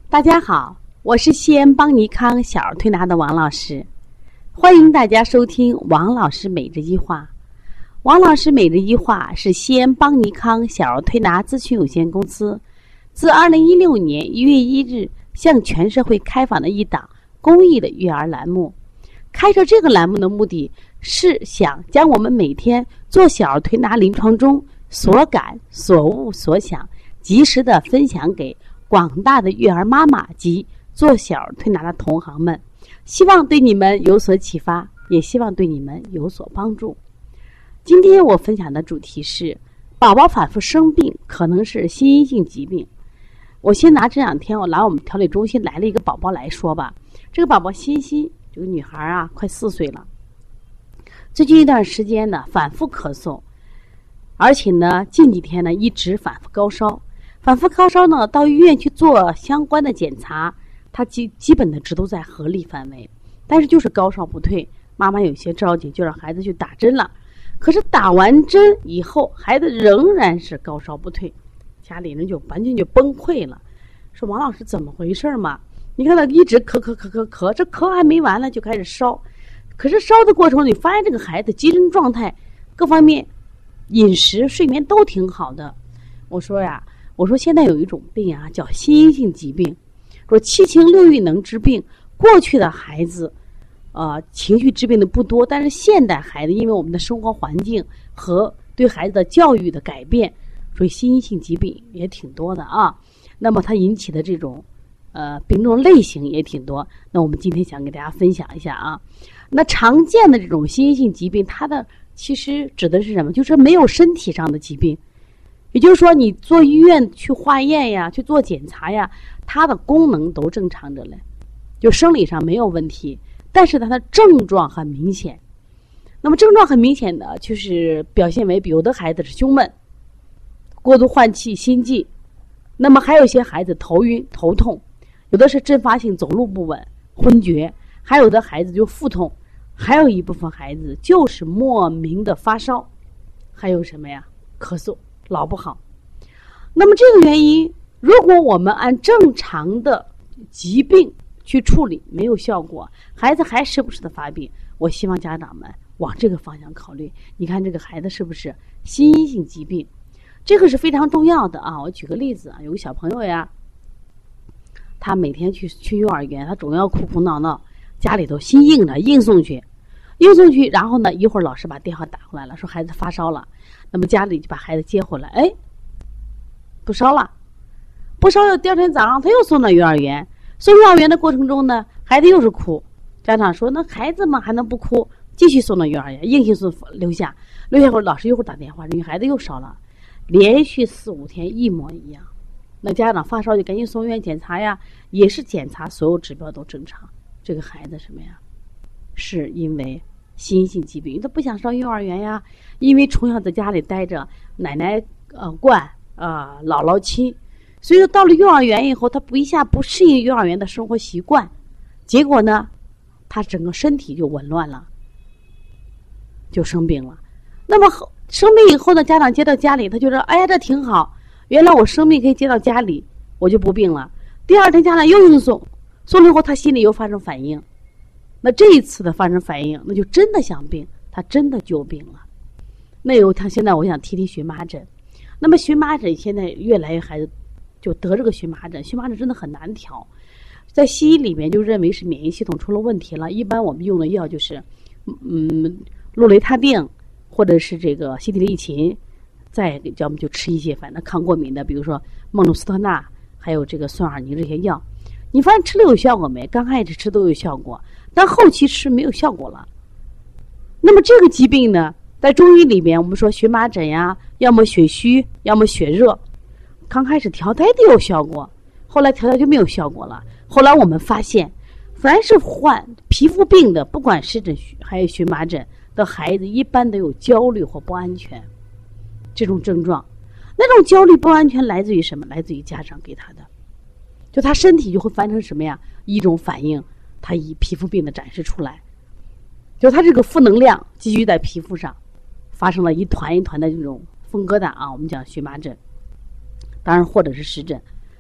大家好，我是西安邦尼康小儿推拿的王老师，欢迎大家收听王老师每日一话。王老师每日一话是西安邦尼康小儿推拿咨询有限公司自2016年1月1日向全社会开放的一档公益的育儿栏目。开设这个栏目的目的是想将我们每天做小儿推拿临床中所感所悟所想及时的分享给广大的育儿妈妈及做小儿推拿的同行们，希望对你们有所启发，也希望对你们有所帮助。今天我分享的主题是宝宝反复生病可能是心因性疾病。我先拿这2天我来我们调理中心来了一个宝宝来说吧。这个宝宝欣欣，这个女孩啊，快4岁了，最近一段时间呢反复咳嗽，而且呢近几天呢一直反复高烧。反复高烧呢，到医院去做相关的检查，它基本的值都在合理范围，但是就是高烧不退，妈妈有些着急，就让孩子去打针了。可是打完针以后，孩子仍然是高烧不退，家里人就完全就崩溃了，说王老师怎么回事嘛？你看他一直咳，这咳还没完了就开始烧，可是烧的过程你发现这个孩子精神状态各方面饮食睡眠都挺好的。我说现在有一种病啊，叫心因性疾病，说7情6欲能治病。过去的孩子情绪治病的不多，但是现代孩子因为我们的生活环境和对孩子的教育的改变，所以心因性疾病也挺多的啊。那么它引起的这种病种类型也挺多，那我们今天想给大家分享一下啊。那常见的这种心因性疾病，它的其实指的是什么？就是没有身体上的疾病，也就是说你做医院去化验呀，去做检查呀，它的功能都正常着嘞，就生理上没有问题，但是它的症状很明显。那么症状很明显的就是表现为有的孩子是胸闷、过度换气、心悸，那么还有一些孩子头晕头痛，有的是阵发性走路不稳、昏厥，还有的孩子就腹痛，还有一部分孩子就是莫名的发烧，还有什么呀？咳嗽老不好。那么这个原因，如果我们按正常的疾病去处理没有效果，孩子还时不时的发病，我希望家长们往这个方向考虑。你看这个孩子是不是心因性疾病？这个是非常重要的啊。我举个例子啊，有个小朋友呀，他每天去幼儿园，他总要哭闹闹，家里头心硬的硬送去，然后呢一会儿老师把电话打过来了，说孩子发烧了，那么家里就把孩子接回来，不烧了，第2天早上他又送到幼儿园，送幼儿园的过程中呢，孩子又是哭，家长说那孩子嘛还能不哭，继续送到幼儿园，硬性送留下会儿，老师一会儿打电话，女孩子又烧了，连续4、5天一模一样。那家长发烧就赶紧送医院检查呀，也是检查所有指标都正常，这个孩子什么呀？是因为心因性疾病，他不想上幼儿园呀，因为从小在家里待着，奶奶惯姥姥亲，所以到了幼儿园以后，他一下不适应幼儿园的生活习惯，结果呢，他整个身体就紊乱了，就生病了。那么生病以后呢，家长接到家里，他觉得这挺好，原来我生病可以接到家里，我就不病了。第2天家长又硬送了以后，他心里又发生反应。那这一次的发生反应，那就真的想病，他真的就病了。他现在我想提荨麻疹。那么荨麻疹现在越来越孩子就得这个荨麻疹，荨麻疹真的很难调，在西医里面就认为是免疫系统出了问题了。一般我们用的药就是氯雷他定或者是这个西地利嗪，再叫我们就吃一些反正抗过敏的，比如说孟鲁司特钠，还有这个酸尔宁这些药。你发现吃了有效果没？刚开始吃都有效果，但后期吃没有效果了。那么这个疾病呢，在中医里面我们说荨麻疹呀，要么血虚，要么血热，刚开始调它也得有效果，后来调就没有效果了。后来我们发现，凡是患皮肤病的，不管湿疹还有荨麻疹的孩子，一般都有焦虑或不安全这种症状。那种焦虑不安全来自于什么？来自于家长给他的，就他身体就会翻成什么呀？一种反应，他以皮肤病的展示出来，就他这个负能量积聚在皮肤上，发生了一团一团的这种风疙瘩啊，我们讲荨麻疹，当然或者是湿疹。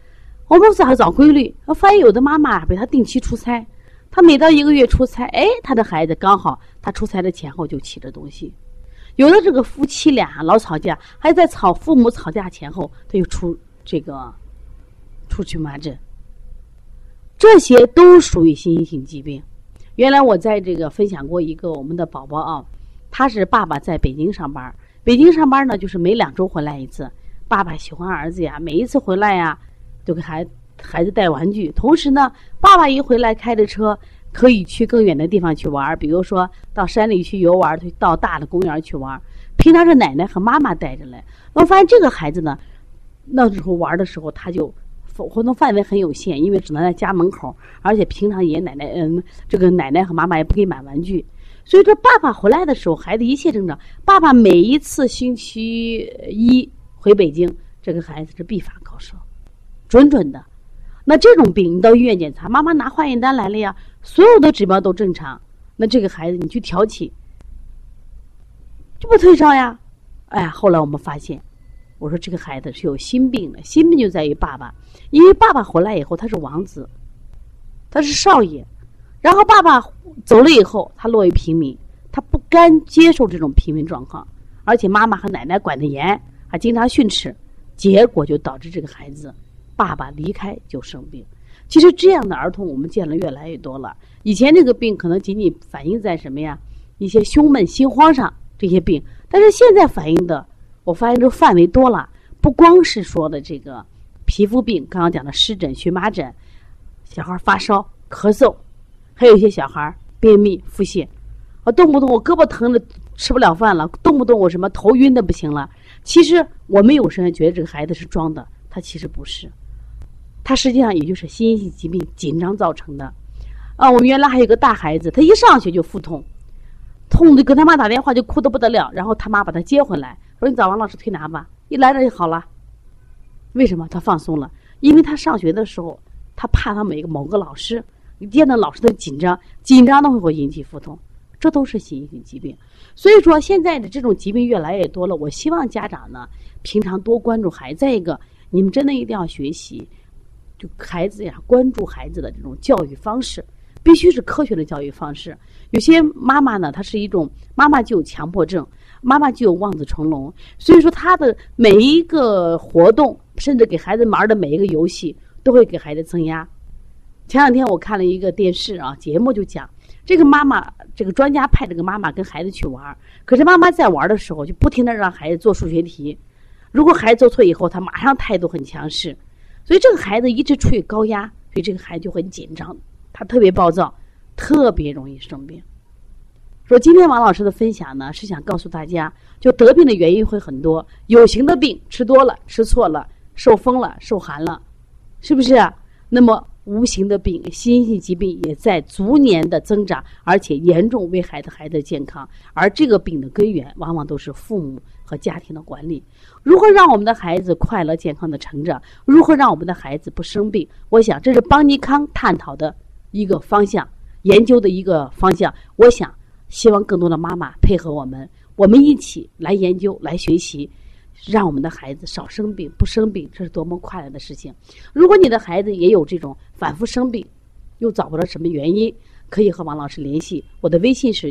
我们找规律，我发现有的妈妈被他定期出差，他每到1个月出差，他的孩子刚好他出差的前后就起着东西。有的这个夫妻俩老吵架，还在父母吵架前后，他就出荨麻疹。这些都属于心因性疾病。原来我在这个分享过一个我们的宝宝啊，他是爸爸在北京上班，北京上班呢就是每2周回来一次。爸爸喜欢儿子呀，每一次回来呀，就给孩子带玩具。同时呢，爸爸一回来开着车，可以去更远的地方去玩，比如说到山里去游玩，到大的公园去玩。平常是奶奶和妈妈带着来。我发现这个孩子呢，那时候玩的时候，他就活动范围很有限，因为只能在家门口，而且平常爷爷奶奶这个奶奶和妈妈也不给买玩具。所以说爸爸回来的时候，孩子一切正常。爸爸每一次星期1回北京，这个孩子是必发高烧，准的。那这种病你到医院检查，妈妈拿化验单来了呀，所有的指标都正常，那这个孩子你去调起就不退烧呀。后来我们发现，我说这个孩子是有心病的，心病就在于爸爸，因为爸爸回来以后他是王子，他是少爷，然后爸爸走了以后他落于平民，他不甘接受这种平民状况，而且妈妈和奶奶管得严，还经常训斥，结果就导致这个孩子爸爸离开就生病。其实这样的儿童我们见了越来越多了。以前这个病可能仅仅反映在什么呀，一些胸闷心慌上这些病，但是现在反映的我发现这范围多了，不光是说的这个皮肤病，刚刚讲的湿疹荨麻疹，小孩发烧咳嗽，还有一些小孩便秘腹泻，动不动我胳膊疼的吃不了饭了，动不动我什么头晕的不行了。其实我们有时候觉得这个孩子是装的，他其实不是，他实际上也就是心因性疾病紧张造成的。我们原来还有个大孩子，他一上学就腹痛，痛的跟他妈打电话就哭得不得了，然后他妈把他接回来，说你找王老师推拿吧，一来这就好了。为什么？他放松了，因为他上学的时候他怕他某个老师，一见到老师的紧张的会引起腹痛，这都是心因性疾病。所以说现在的这种疾病越来越多了，我希望家长呢平常多关注孩子。再一个，你们真的一定要学习，就孩子呀，关注孩子的这种教育方式，必须是科学的教育方式。有些妈妈呢，她是一种妈妈就有强迫症，妈妈就有望子成龙，所以说她的每一个活动，甚至给孩子玩的每一个游戏，都会给孩子增压。前2天我看了一个电视节目，就讲这个妈妈，这个专家派这个妈妈跟孩子去玩，可是妈妈在玩的时候就不停的让孩子做数学题，如果孩子做错以后，他马上态度很强势，所以这个孩子一直处于高压，所以这个孩子就很紧张，他特别暴躁，特别容易生病。说今天王老师的分享呢，是想告诉大家，就得病的原因会很多，有形的病吃多了吃错了受风了受寒了，是不是那么无形的病，心因性疾病也在逐年的增长，而且严重危害孩子的健康。而这个病的根源往往都是父母和家庭的管理。如何让我们的孩子快乐健康的成长，如何让我们的孩子不生病，我想这是邦尼康探讨的一个方向，研究的一个方向。我想希望更多的妈妈配合我们一起来研究来学习，让我们的孩子少生病不生病，这是多么快乐的事情。如果你的孩子也有这种反复生病又找不到什么原因，可以和王老师联系，我的微信是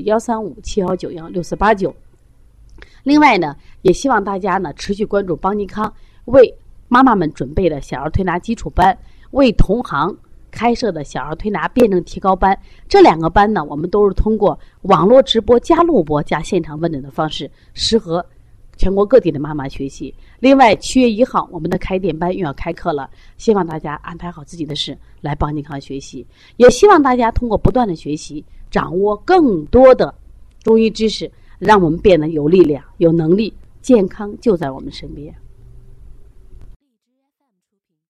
135719489。另外呢，也希望大家呢持续关注邦尼康为妈妈们准备的小儿推拿基础班，为同行开设的小儿推拿辩证提高班。这2个班呢，我们都是通过网络直播加录播加现场问诊的方式，适合全国各地的妈妈学习。另外7月1号我们的开店班又要开课了，希望大家安排好自己的事来邦尼康学习，也希望大家通过不断的学习掌握更多的中医知识，让我们变得有力量有能力，健康就在我们身边。